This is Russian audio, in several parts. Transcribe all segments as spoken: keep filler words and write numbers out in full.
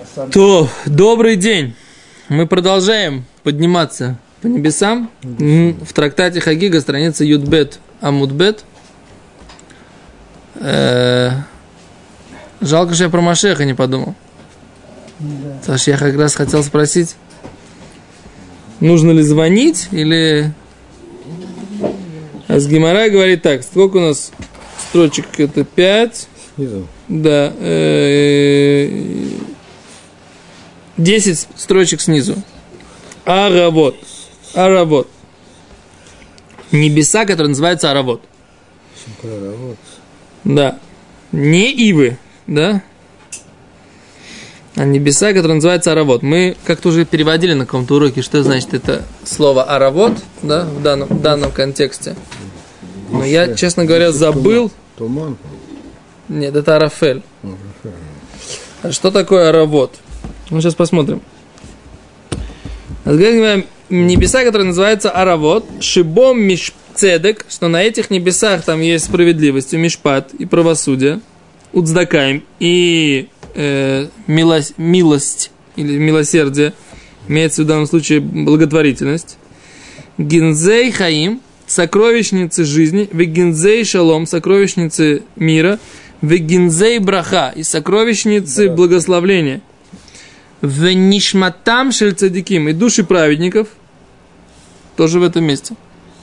То, добрый день. Мы продолжаем подниматься по небесам. В трактате Хагига, страница Юдбет Амудбет. Жалко, что я про Машеха не подумал. Да. Саша, я как раз хотел спросить, нужно ли звонить или... А с Гемара говорит так, сколько у нас строчек? Это пять. Снизу. Да. Десять строчек снизу. Аравот. Аравот. Небеса, которые называются Аравот. Аравот. Да. Не ивы, да? А небеса, которые называются Аравот. Мы как-то уже переводили на каком-то уроке, что значит это слово Аравот, да, в данном, в данном контексте. Но я, честно говоря, забыл. Туман. Нет, это Арафель. А что такое Аравот? Ну, сейчас посмотрим. Небеса, которые называются Аравот, Шибом Мишцедек, что на этих небесах там есть справедливость, Мишпат и правосудие, Уцдакаим и э, милость, милость или милосердие, имеется в данном случае благотворительность, Гинзей Хаим, сокровищницы жизни, Вегинзей Шалом, сокровищницы мира, Вегинзей Браха и сокровищницы да. благословления. Венишматам шельцадиким и души праведников тоже в этом месте.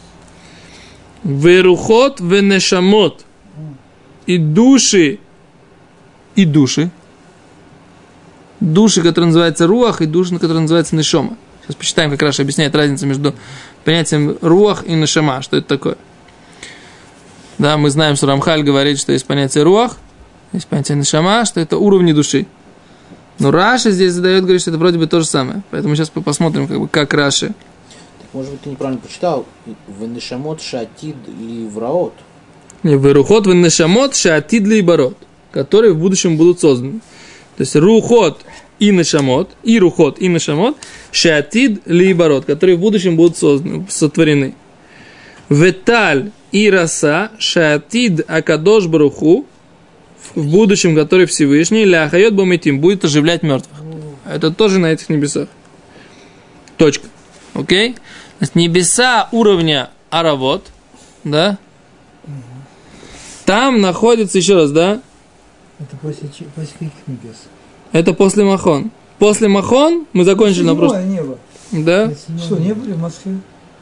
Верухот венешамот и души и души. Души, которые называются руах, и души, которые называются нешома. Сейчас почитаем, как Раши объясняет разницу между понятием руах и нешама. Что это такое? Да, мы знаем, что Рамхаль говорит, что есть понятие руах, есть понятие нешама, что это уровни души. Но Раши здесь задает, говорит, что это вроде бы то же самое. Поэтому сейчас посмотрим, как, бы, как Раши. Так, может быть, ты неправильно прочитал. Венешамот шатид ли враот. Верухот венешамот шатид ли барот, которые в будущем будут созданы. То есть рухот и нешамот, и рухот и нешамот, шатид ли барот, которые в будущем будут созданы, сотворены. Веталь и раса шатид акадош баруху, в будущем, который Всевышний, ляхайот бомитим, будет оживлять мертвых. Это тоже на этих небесах. Точка. Окей? Значит, небеса уровня Аравот, да? Там находится, еще раз, да? Это после, после каких небес? Это после Махон. После Махон мы закончили на прошлом. Небо. Да? Что, не были в Москве?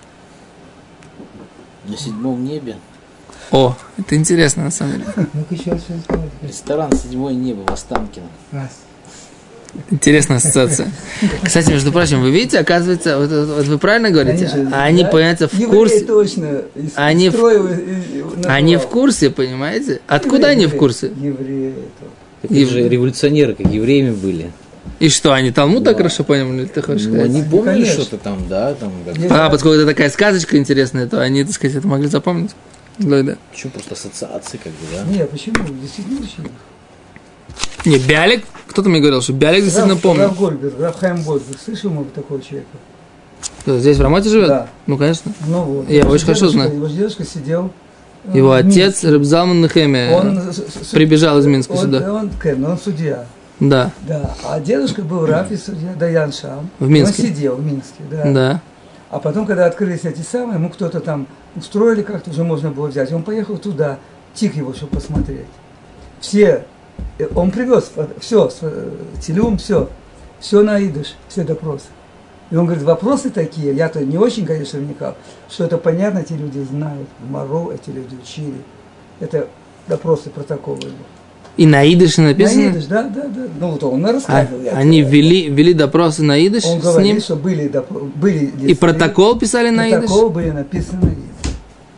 На седьмом небе. О, это интересно, на самом деле. Ну-ка, сейчас ресторан «Седьмое небо» в Останкино. Интересная ассоциация. Кстати, между прочим, вы видите, оказывается, вот, вот вы правильно говорите, они, же, они да? понимаете, в курсе. Точно, они, в, они в курсе, понимаете? Откуда евреи, они в курсе? Евреи. Такие Ев... же революционеры, как евреями были. И что, они Талмуд да. так хорошо поняли, ты хочешь ну, сказать? Они помнили что-то там, да? Там, а, поскольку это такая сказочка интересная, то они, так сказать, это могли запомнить. Да, да. Почему просто ассоциации, как бы, да? Нет, почему? Действительно очень. Не, Биалик, кто-то мне говорил, что Биалик действительно Раф, помнит. Раф Гольберг, Раф Хаим Гольберг, слышал много такого человека? Кто, здесь в Рамате живет? Да. Ну, конечно. Ну, вот. Я его очень хорошо знаю. Его дедушка сидел. Его отец, Рeb Залман Нехемия, прибежал из Минска он, сюда. Он, он, он судья. Да. Да. А дедушка был Раф и судья Даян Шам. В Минске. Он сидел в Минске, да. Да. А потом, когда открылись эти самые, ему кто-то там устроили, как-то уже можно было взять. Он поехал туда, тик его, чтобы посмотреть. Все, он привез все, телеум, все, все на идыш, все допросы. И он говорит, вопросы такие, я-то не очень, конечно, вникал, что это понятно, эти люди знают, в Маро эти люди учили. Это допросы, протоколы. И на идыше написано? На идыш, да, да, да. Ну, вот он рассказывал. А, они ввели, ввели допросы на идыш он с говорит, ним? Что были, допро... были и протокол писали на идыш? Протокол были написаны на идыш.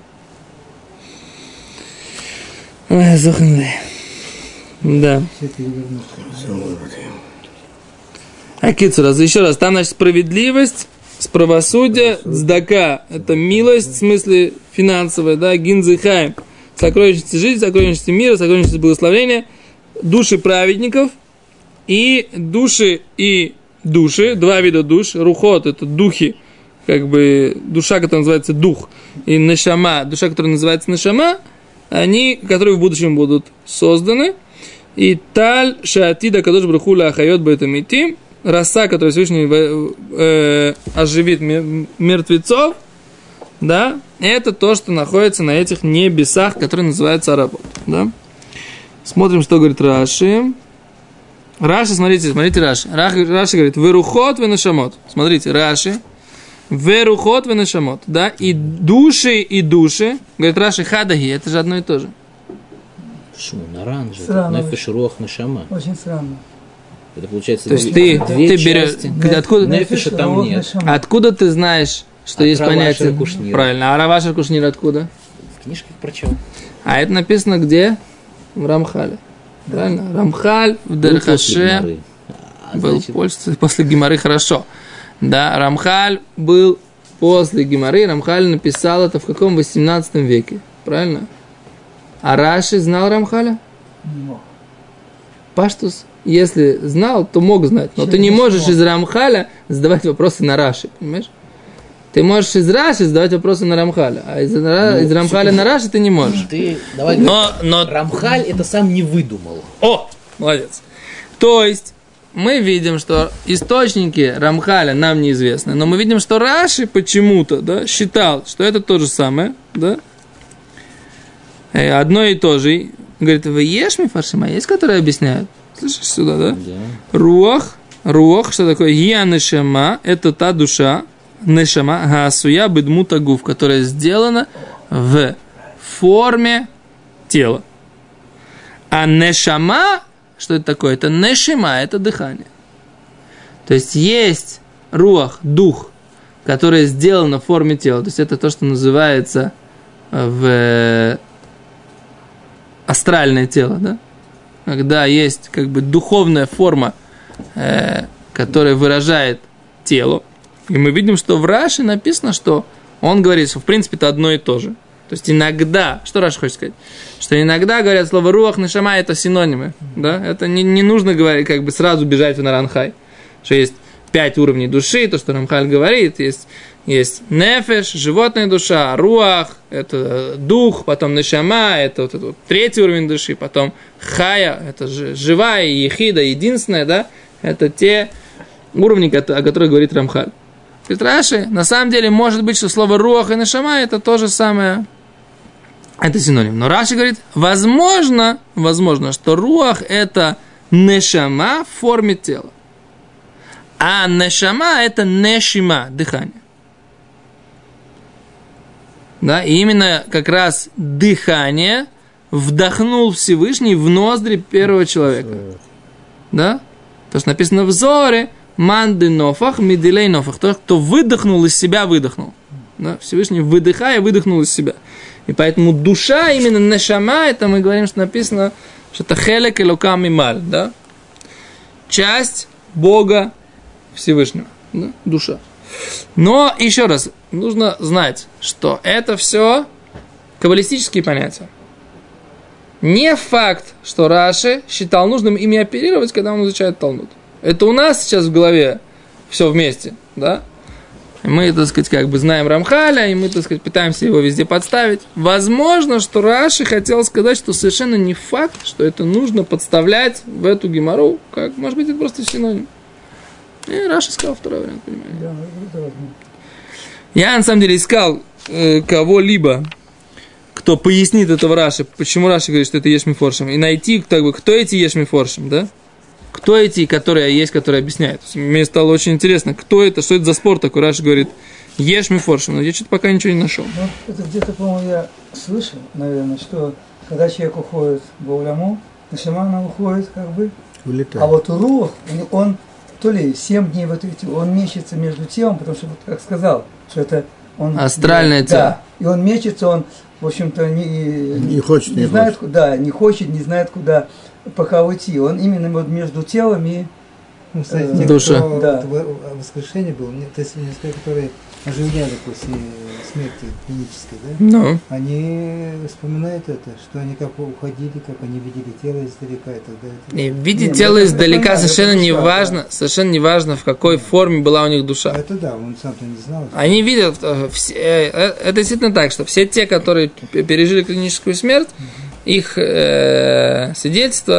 Ой, зохнли. Да. Акицу, раз еще раз. Там, значит, справедливость, правосудие, цдака. Это милость, в смысле финансовая, да, гинзихайм. Сокровищницы жизни, сокровищницы мира, сокровищницы благословения, души праведников и души и души, два вида душ. Рухот – это духи, как бы душа, которая называется дух, и нешама, душа, которая называется нешама, они, которые в будущем будут созданы. И таль шатида кадош бруху ла ахайот бетамитим, роса, которая Всевышний э, оживит мертвецов, да, это то, что находится на этих небесах, которые называются Аработ, да. Смотрим, что говорит Раши. Раши, смотрите, смотрите Раши. Раши говорит, верухот венешамот. Смотрите, Раши. Верухот венешамот, да, и души, и души. Говорит Раши, хадаги, это же одно и то же. Почему? Наран же. Странно. Нефеш, руах, нешама. Очень странно. Это получается То есть две, ты, две ты берешь, части. откуда, Нефеша там нет. откуда ты знаешь, что От есть Рава понятие? Ашер Кушнира. Правильно, а Рав Ашер Кушнир откуда? В книжках прочел. А это написано где? В Рамхале. Правильно? Рамхаль в Был Дерехаше после Гемары. А, был значит, после, после Гемары, хорошо. Да, Рамхаль был после Гемары. Рамхаль написал это в каком? восемнадцатом веке. Правильно? А Раши знал Рамхаля? Не мог. Паштус, если знал, то мог знать. Но Чем ты не не можешь смог? из Рамхаля задавать вопросы на Раши, понимаешь? Ты можешь из Раши задавать вопросы на Рамхаля, а из, Ра- Ну, из Рамхаля на Раши ты не можешь. Ты, давай Но, но... Рамхаль это сам не выдумал. О, молодец. То есть, мы видим, что источники Рамхаля нам неизвестны, но мы видим, что Раши почему-то, да, считал, что это то же самое, да, одно и то же. Говорит, вы ешь мифаршима, есть, которые объясняют? Слышишь сюда, да? Да. Руах, руах, что такое? Я нешама, это та душа, нешама, гаасуя бедмута гуф, которая сделана в форме тела. А нешама, что это такое? Это нешима, это дыхание. То есть есть руах, дух, которое сделано в форме тела. То есть это то, что называется в астральное тело, да? Когда есть как бы духовная форма, э, которая выражает тело. И мы видим, что в Раши написано, что он говорит, что в принципе это одно и то же. То есть иногда, что Раши хочет сказать? Что иногда говорят слово руах, нешама, это синонимы. Да? Это не, не нужно говорить, как бы сразу бежать в Наранхай. Что есть пять уровней души, то, что Рамхаль говорит, есть, есть нефеш, животная душа, руах, это дух, потом нешама, это вот, это вот третий уровень души, потом хая, это живая, ехида, единственная, да, это те уровни, о которых говорит Рамхаль. Говорит Раши, на самом деле, может быть, что слово руах и нешама это то же самое, это синоним. Но Раши говорит, возможно, возможно, что руах это нешама в форме тела. А нешама – это нешима, дыхание. Да, и именно как раз дыхание вдохнул Всевышний в ноздри первого человека. Да? То, что написано в Зоре, манды нофах, миделей нофах. Тот, кто выдохнул из себя, выдохнул. Да? Всевышний, выдыхая, выдохнул из себя. И поэтому душа, именно нешама, это мы говорим, что написано, что это хелек элокам мималь, да? Часть Бога Всевышнего, да? Душа. Но, еще раз, нужно знать, что это все каббалистические понятия. Не факт, что Раши считал нужным ими оперировать, когда он изучает Талмуд. Это у нас сейчас в голове все вместе, да? И мы, так сказать, как бы знаем Рамхаля, и мы, так сказать, пытаемся его везде подставить. Возможно, что Раши хотел сказать, что совершенно не факт, что это нужно подставлять в эту гемару, как, может быть, это просто синоним. И Раши сказал второй вариант, понимаете? Да, это возможно. Я, на самом деле, искал э, кого-либо, кто пояснит этого Раши, почему Раши говорит, что это Ешмифоршим, и найти, как бы, кто эти Ешмифоршим, да? Кто эти, которые есть, которые объясняют. Мне стало очень интересно, кто это, что это за спор такой. Раши говорит, Ешмифоршим, но я что-то пока ничего не нашел. Ну, это где-то, по-моему, я слышал, наверное, что когда человек уходит в Ауляму, нешама она уходит, как бы, Улетает. а вот рух, он то ли семь дней вот эти, он мечется между телом, потому что, вот, как сказал, что это он... Астральное да, тело. Да, и он мечется, он, в общем-то, не, Не хочет, не не знает, хочет. куда, не хочет, не знает, куда пока уйти. Он именно вот между телом и... Ну, кстати, Э, те, душа. кто Да. в воскрешение был, не- то есть несколько, которые оживляли после смерти клинической, да? Ну, Они вспоминают это, что они как уходили, как они видели тело издалека и так далее. и видеть Не, тело ну, это издалека понятно, совершенно это не душа, важно, совершенно не важно, в какой форме была у них А душа. это да, он сам-то не знал. Они видят, э, все, э, э, это действительно так, что все те, которые п- пережили клиническую смерть, их э, свидетельство,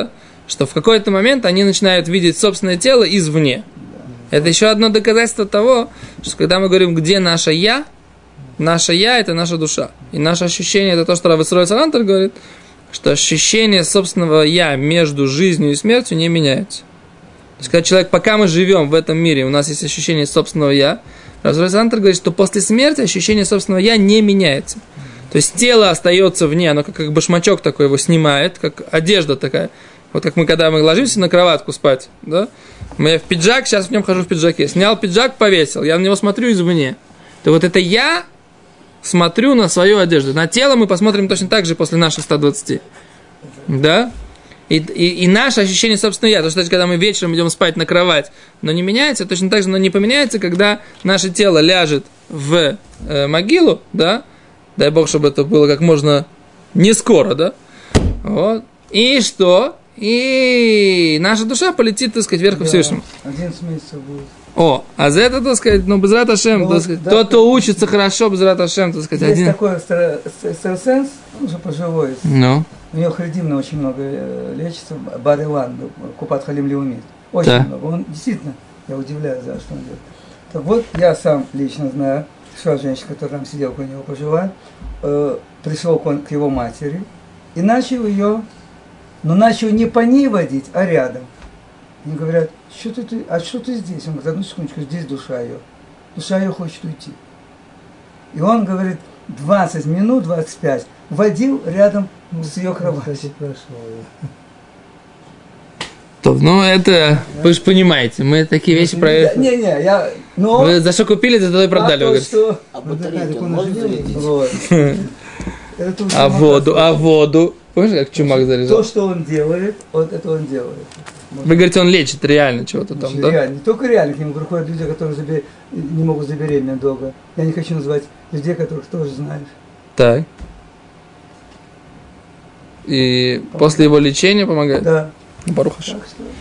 что в какой-то момент они начинают видеть собственное тело извне. Это еще одно доказательство того, что когда мы говорим, где наше «я», наше «я» – это наша душа. И наше ощущение – это то, что Рав Исроэль Салантер говорит, что ощущение собственного «я» между жизнью и смертью не меняется. То есть, когда человек, пока мы живем в этом мире, у нас есть ощущение собственного «я», Рав Исроэль Салантер говорит, что после смерти ощущение собственного «я» не меняется. То есть, тело остается вне, оно как, как башмачок такой его снимает, как одежда такая. Вот как мы, когда мы ложимся на кроватку спать, да? Я в пиджак, сейчас в нем хожу в пиджаке. Снял пиджак, повесил, я на него смотрю извне. То вот это я смотрю на свою одежду. На тело мы посмотрим точно так же после наших ста двадцати. Да? И, и, и наше ощущение собственного я, то, что когда мы вечером идем спать на кровать, но не меняется, точно так же оно не поменяется, когда наше тело ляжет в э, могилу, да? Дай Бог, чтобы это было как можно не скоро, да? Вот. И что? И наша душа полетит, так сказать, вверх ко Всевышнему. одиннадцать месяцев будет. О, а за это, так сказать, ну, Безрат Ашем, Ну, так сказать, да, тот, кто да. учится хорошо, Безрат Ашем, так сказать, Есть один... такой экстра- экстрасенс, он уже пожилой. Ну, У него харидимно очень много э, лечится, Бар Иван, Купат Халим Леумит. Очень Да. много. Он действительно, я удивляюсь, за что он делает. Так вот, я сам лично знаю, что женщина, которая там сидела у него пожилая, э, пришел к, он, к его матери и начал ее, но начал не по ней водить, а рядом. Они говорят, что ты, ты, а что ты здесь? Он говорит, одну секундочку, здесь душа ее. Душа ее хочет уйти. И он говорит, двадцать минут, двадцать пять, водил рядом с ее кроватью. Кстати, прошел я. то, ну, это, вы же понимаете, мы такие вещи проверяем. Не-не, я, но... Вы за что купили, за то и продали, вы а то, говорите. что... А Ну, батарейки так, он он может уже зарядить? Вот. Это уже А самое воду, а простое. воду. Помнишь, как чумак То, заряжал? что он делает, вот это он делает. Вы говорите, он лечит реально чего-то там, Значит, да? реально. Не только реально, к нему приходят люди, которые забе- не могут забеременеть долго. Я не хочу называть людей, которых тоже знаешь. Так. И после его лечения помогает? Да. Барух Ашем. Так что...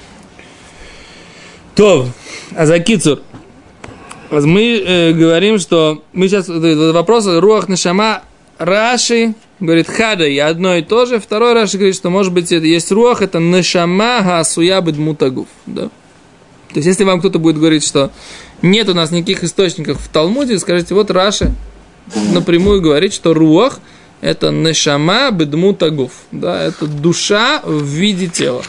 То, а за кицур. Мы э, говорим, что мы сейчас вопрос Руах Нешама Раши говорит хада и одно и то же. Второй Раши говорит, что может быть это есть Руах, это Нешама Гасуя Бедмутагуф. Да? То есть если вам кто-то будет говорить, что нет у нас никаких источников в Талмуде, скажите, вот Раши напрямую говорит, что Руах это Нешама Бедмутагуф. Да? Это душа в виде тела.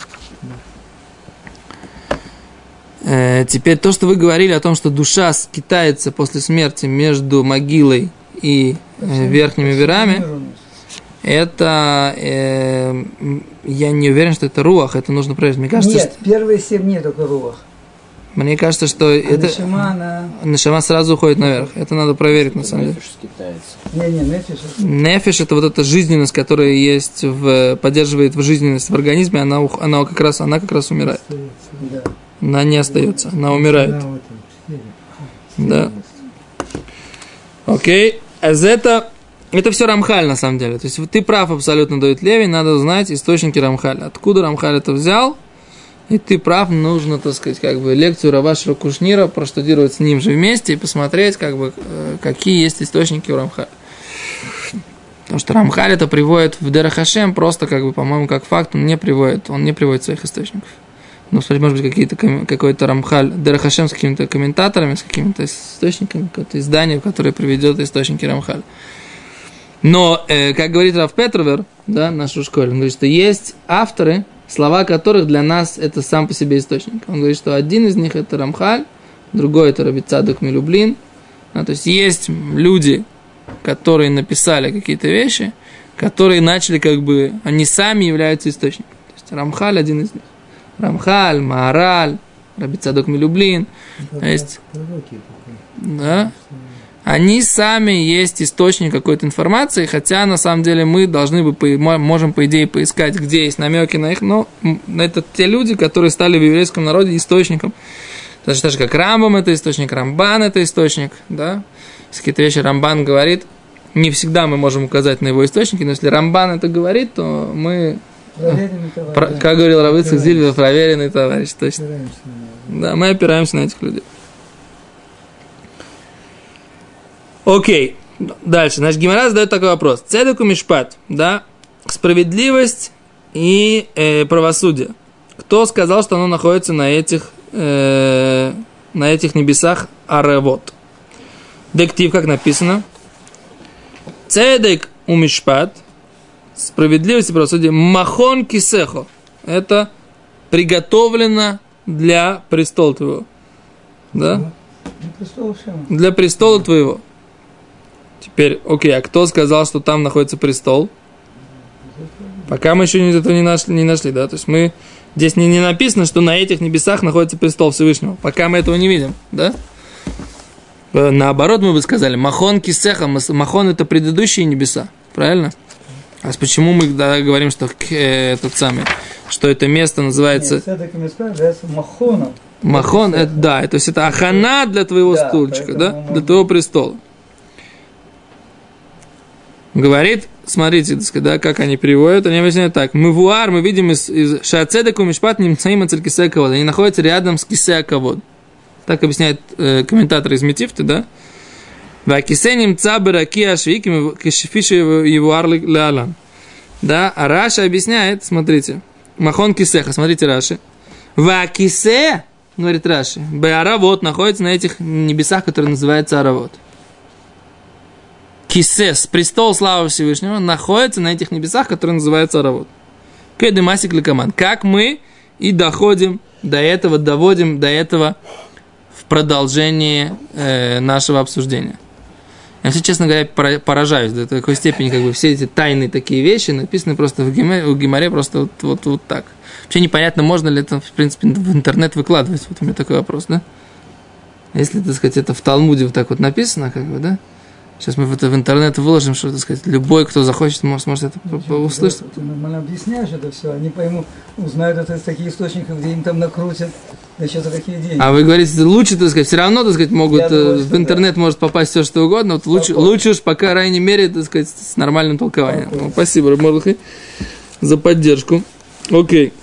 Теперь то, что вы говорили о том, что душа скитается после смерти между могилой и э, верхними мирами, это э, я не уверен, что это руах, это нужно проверить. Мне кажется, Нет, что, первые семь дней только руах. мне кажется, что А это нешама, она... нешама сразу уходит наверх. Это надо проверить на самом деле. Нефиш скитается. Не-не, нефиш. Нефиш это вот эта жизненность, которая есть в поддерживает в жизненность в организме, она ух- она как раз она как раз умирает. Да. Она не остается, она умирает. Да, в этом стиле. Да. Окей. А это, это все Рамхаль на самом деле. То есть ты прав абсолютно, Давид Леви, надо знать источники Рамхаля. Откуда Рамхаль это взял? И ты прав, нужно, так сказать, как бы лекцию Рава Шира Кушнира проштудировать с ним же вместе и посмотреть, как бы, какие есть источники у Рамхаля. Потому что Рамхаль это приводит в Дерах Хашем просто, как бы, по-моему, как факт, он не приводит, он не приводит своих источников. Ну, смотри, может быть, какие-то, какой-то Рамхаль, Дерах Хашем с какими-то комментаторами, с какими-то источниками, какое-то издание, которое приведет источники Рамхаля. Но, э, как говорит Рав Петровер, да, наш школе, он говорит, что есть авторы, слова которых для нас это сам по себе источник. Он говорит, что один из них это Рамхаль, другой это Раби Цадок Милюблин. Да, то есть есть люди, которые написали какие-то вещи, которые начали как бы, они сами являются источником. То есть Рамхаль один из них. Рамхаль, Маараль, Раби Цадок Милюблин. Это Есть, пророки такие. да, они сами есть источник какой-то информации, хотя на самом деле мы должны бы, можем по идее поискать, где есть намеки на их, но это те люди, которые стали в еврейском народе источником. Даже так же, как Рамбам это источник, Рамбан это источник, да. Если какие-то вещи Рамбан говорит, не всегда мы можем указать на его источники, но если Рамбан это говорит, то мы... Проверенный товар. Про, как говорил Рав Ицхак Зильбер, проверенный товарищ, точно. Опираемся на него. Да, мы опираемся на этих людей. Окей, дальше. Значит, Гемара задает такой вопрос. Цедеку мишпат, да, справедливость и э, правосудие. кто сказал, что оно находится на этих, э, на этих небесах аревот? Дектив, как написано. Цедек умишпат, справедливость и правосудие, махон кисехо. Это приготовлено для престола твоего. Да? Для престола Шема. Для престола твоего. Теперь, окей, а кто сказал, что там находится престол? Пока мы еще этого не нашли, не нашли, да? То есть мы... Здесь не, не написано, что на этих небесах находится престол Всевышнего. Пока мы этого не видим, да? Наоборот, мы бы сказали, махон кисеха, махон это предыдущие небеса, правильно? А почему мы да, говорим, что э, этот самый, что это место называется... Нет, цедек называется махоном. Махон, это, да, то есть это ахана для твоего да, стульчика, да, можно... для твоего престола. Говорит, смотрите, так сказать, да, как они переводят, они объясняют так. Мывуар, мы видим из, из Шаацедеку Мишпат Нимцаим Ацель Кисея Кавод. Они находятся рядом с Кисея Кавод. Так объясняет э, комментатор из Метифты, да? Вакисе Нимца Бераки Ашвик Кишфиши Евуар Леалан. Да, а Раша объясняет, смотрите, Махон Кисеха, смотрите Раши. Вакисе, говорит Раши, Беаравот находится на этих небесах, которые называются Аравот. Кисес, престол славы Всевышнего, находится на этих небесах, которые называются Аравот. Кеды масик лекаман. Как мы и доходим до этого, доводим до этого в продолжении э, нашего обсуждения. Я, если честно говоря, поражаюсь до такой степени, как бы все эти тайные такие вещи написаны просто в Гемаре, в Гемаре просто вот, вот, вот так. Вообще непонятно, можно ли это, в принципе, в интернет выкладывать. Вот у меня такой вопрос, да? Если, так сказать, это в Талмуде вот так вот написано, как бы, да? Сейчас мы это в интернет выложим, что, так сказать, любой, кто захочет, может, сможет это да, услышать. Ты нормально объясняешь это все, они поймут, узнают это из таких источников, где им там накрутят, да еще за какие деньги. А вы говорите, лучше, так сказать, все равно, так сказать, могут, думаю, в интернет да. может попасть все, что угодно, вот лучше, лучше уж по крайней мере, так сказать, с нормальным толкованием. Ну, спасибо, Рабби Мордехай, за поддержку. Окей.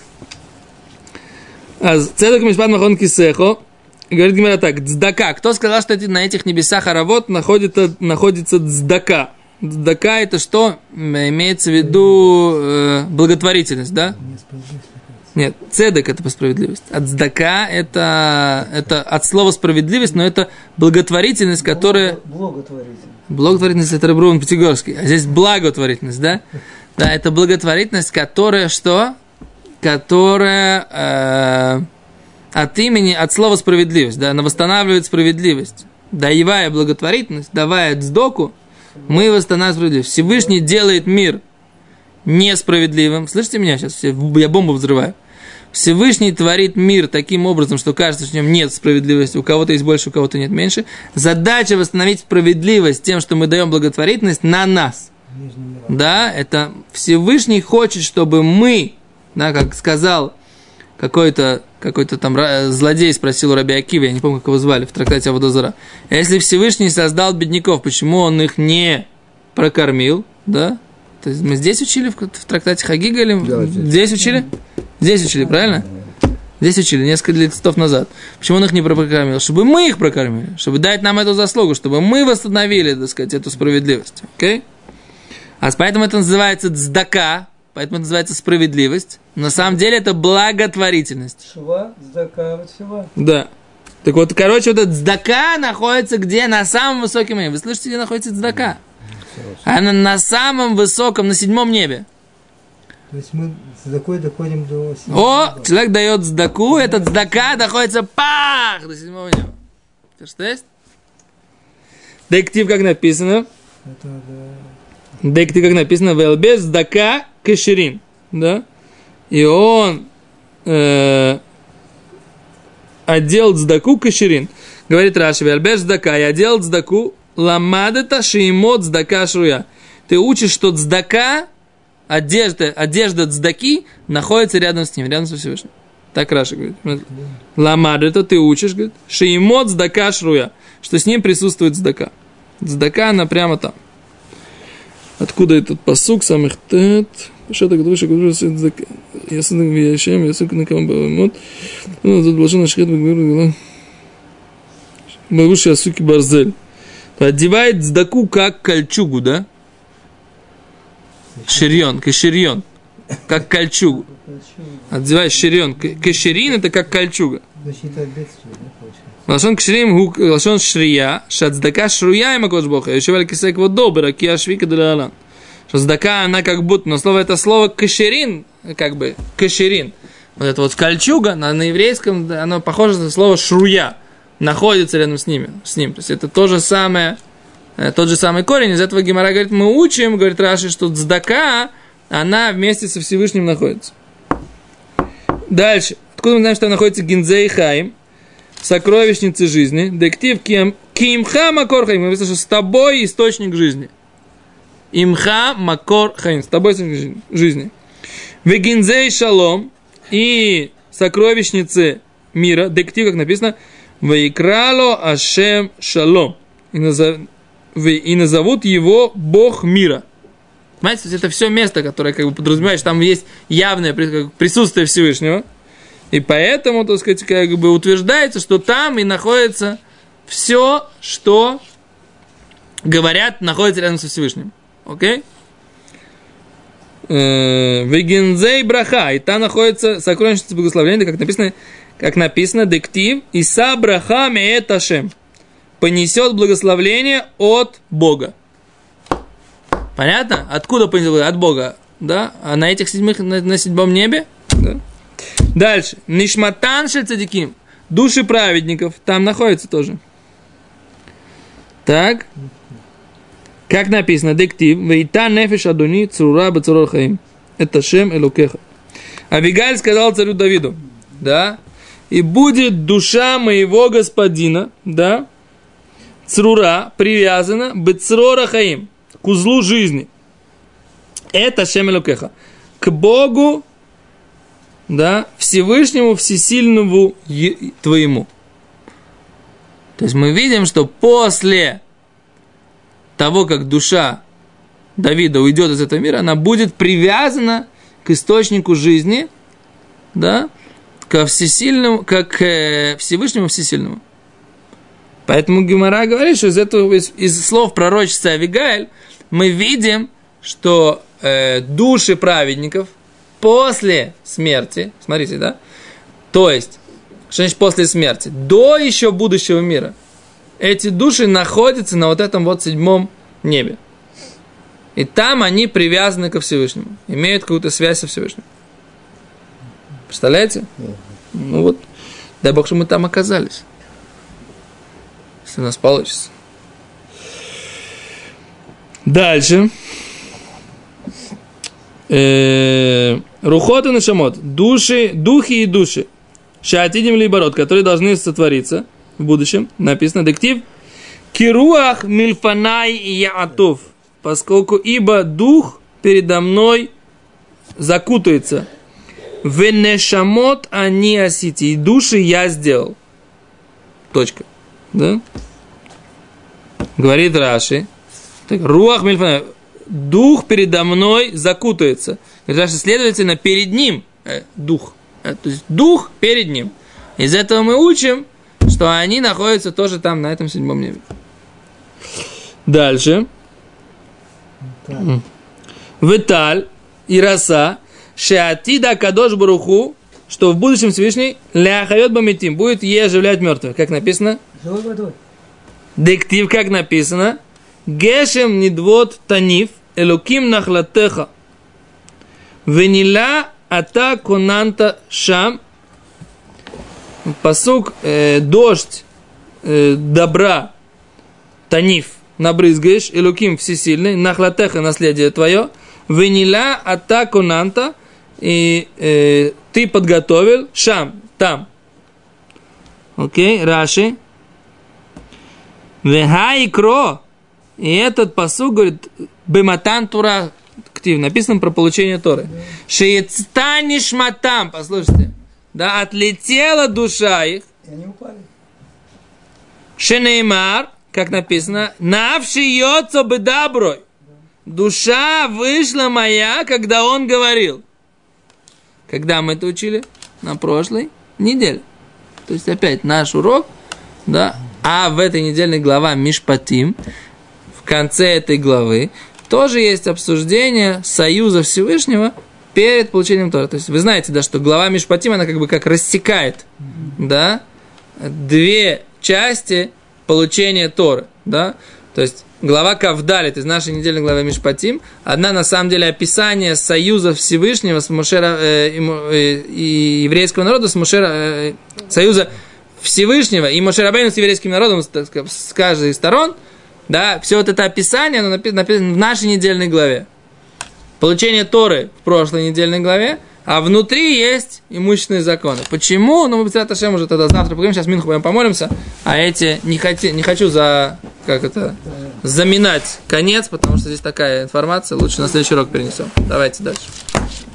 А Цедек Мишпат Махон Кисехо. Говорит Гемара так, цдака. Кто сказал, что на этих небесах Аравот находится, находится цдака? Цдака это что? Имеется в виду э, благотворительность, да? Нет, цедек это справедливость. А цдака это, это от слова справедливость, но это благотворительность, которая... Благотворительность. Благотворительность это Ребрун Пятигорский. А здесь благотворительность, да? Да, это благотворительность, которая что? Которая... Э, от имени, от слова справедливость, да, она восстанавливает справедливость. Даевая благотворительность, давая цдоку, мы восстанавливаем справедливость. Всевышний делает мир несправедливым. Слышите меня сейчас? Я бомбу взрываю. Всевышний творит мир таким образом, что кажется, что в нем нет справедливости. У кого-то есть больше, у кого-то нет меньше. Задача восстановить справедливость тем, что мы даем благотворительность на нас. Да, это Всевышний хочет, чтобы мы, да, как сказал какой-то какой-то там злодей спросил у Раби Акивы, я не помню, как его звали, в трактате Авода Зара. Если Всевышний создал бедняков, почему он их не прокормил, да? То есть мы здесь учили, в, в трактате Хагига или да, здесь учили? Здесь учили, правильно? Здесь учили, несколько листов назад. Почему он их не прокормил? Чтобы мы их прокормили, чтобы дать нам эту заслугу, чтобы мы восстановили, так сказать, эту справедливость. Окей? А поэтому это называется цдака, поэтому это называется справедливость. На самом деле это благотворительность. Шва, цдака, вот шва. Да. Так вот, короче, вот эта цдака находится где? На самом высоком небе. Вы слышите, где находится цдака? Она на самом высоком, на седьмом небе. То есть мы с цдакой доходим до седьмого О, неба. человек дает цдаку, этот цдака доходится пах до седьмого неба. Ты что есть? Дектив, как написано? Это, да. Дектив, как написано, велбез цдака кешерин. Да? И он э, одел цдаку кешерин. Говорит Раши, велбез цдака, я одел цдаку ламадета шиимот цдака шруя. Ты учишь, что цдака, одежда, одежда цдаки находится рядом с ним, рядом со Всевышним. Так Раши говорит. Ламадета, ты учишь, говорит, шиимот цдака шруя, что с ним присутствует цдака. Цдака, она прямо там. Откуда этот пасук самых тет? Что так выше, говорю, цдака. Я сыну виящем, я сука на кого мод. Ну, тут блажен ашхет, говорю, Бавуши асуки барзель. Одевает цдаку как кольчугу, да? Ширьон, кеширьон. как кольчугу. Отзывай ширен. Кешерин это как кольчуга. Защита от бедствия, да, получается? Лашон кшерим, лашон шрия, шацдака шруя им акодж Бога. Еще вали кисек вот добра, кия швика далалан. Что цдака, она как будто, но слово это слово кешерин, как бы, кешерин. Вот это вот кольчуга, на, на еврейском, оно похоже на слово шруя. Находится рядом с ними, с ним. То есть это то же самое, тот же самый корень. Из этого Гемара говорит, мы учим, говорит Раши, что цдака, она вместе со Всевышним находится. Дальше. Откуда мы знаем, что там находится Гинзей Хаим? Сокровищницы жизни. Дектив Кимха Макор Хаим. Мы видим, что с тобой источник жизни. Имха Макор Хаим. С тобой источник жизни. Вегинзей Шалом. И сокровищницы мира. Дектив, как написано, Вейкрало Ашем Шалом. И, назов... и назовут его Бог мира. Понимаете, это все место, которое как бы подразумевает, что там есть явное присутствие Всевышнего. И поэтому, так сказать, как бы утверждается, что там и находится все, что говорят, находится рядом со Всевышним. Окей? Вегензей браха. И там находится сокровищница благословения, как написано, как написано, дектив, Иса браха меэт Ашем. Понесет благословление от Бога. Понятно? Откуда понесет? От Бога. Да? А на этих седьмых, на, на седьмом небе? Да. Дальше. Нишматан шельцадиким. Души праведников. Там находятся тоже. Так. Как написано? Дектив. Вейта нефеш адуни цура бацурор хаим. Это шем элокеха. Авигаль сказал царю Давиду. Да. И будет душа моего господина. Да. Црура привязана бацурора хаим. К узлу жизни. Это шем элокеха. К Богу, да, Всевышнему, Всесильному твоему. То есть мы видим, что после того, как душа Давида уйдет из этого мира, она будет привязана к источнику жизни, да, ко всесильному, как к Всевышнему Всесильному. Поэтому Гемара говорит, что из этого, из, из слов пророчества Авигаэль, мы видим, что э, души праведников после смерти, смотрите, да, то есть, что значит после смерти, до еще будущего мира, эти души находятся на вот этом вот седьмом небе. И там они привязаны ко Всевышнему, имеют какую-то связь со Всевышним. Представляете? Ну вот, дай Бог, что мы там оказались. Если у нас получится. Дальше. Рухот и нашамот. Души, духи и души. Шаатидим либород, которые должны сотвориться в будущем. Написано, дектив. Кируах мильфанай яатов. Поскольку ибо дух передо мной закутается. Венешамот они осити. И души я сделал. Точка. Да? Говорит Раши. Так, руах мильфанай. Дух передо мной закутается. Говорит Раши, следовательно, перед ним э, дух. Э, то есть дух перед ним. Из этого мы учим, что они находятся тоже там, на этом седьмом небе. Дальше. Виталь и роса. Шеатида кадош баруху. Что в будущем Всевышний ляхайот бамитим. Будет ей оживлять мертвых. Как написано? Живой водой. Дектив, как написано? Гешем нидвот таниф. Элоким нахлатеха. Венила ата конанта шам. Пасук, э, дождь э, добра, таниф, набрызгаешь, Элоким всесильный, нахлатеха, наследие твое, венила ата конанта, и э, ты подготовил, шам, там. Окей, Раши. Вехай кро. И этот пасук говорит, бематан тура, написано про получение Торы. Шеецтаниш матам, послушайте. Да, отлетела душа их. И они упали. Шенеймар, как написано, навшиёцо бедаброй. Душа вышла моя, когда он говорил. Когда мы это учили? На прошлой неделе. То есть опять наш урок, да. А в этой недельной глава Мишпатим, в конце этой главы, тоже есть обсуждение союза Всевышнего перед получением Торы. То есть вы знаете, да, что глава Мишпатим, она как бы как рассекает, да, две части получения Торы, да. То есть глава Кавдалит из нашей недельной главы Мишпатим, одна на самом деле описание союза Всевышнего с Мошера, э, и, э, и еврейского народа с Мошера, э, союза Всевышнего и Моше Рабейну с еврейским народом с, с каждой из сторон, да, все вот это описание, оно написано, написано в нашей недельной главе. Получение Торы в прошлой недельной главе, а внутри есть имущественные законы. Почему? Ну, мы быстро Ташем уже тогда завтра поговорим, сейчас Минху пойдем помолимся, а эти не, хоти, не хочу за, как это, заминать конец, потому что здесь такая информация, лучше на следующий урок перенесем. Давайте дальше.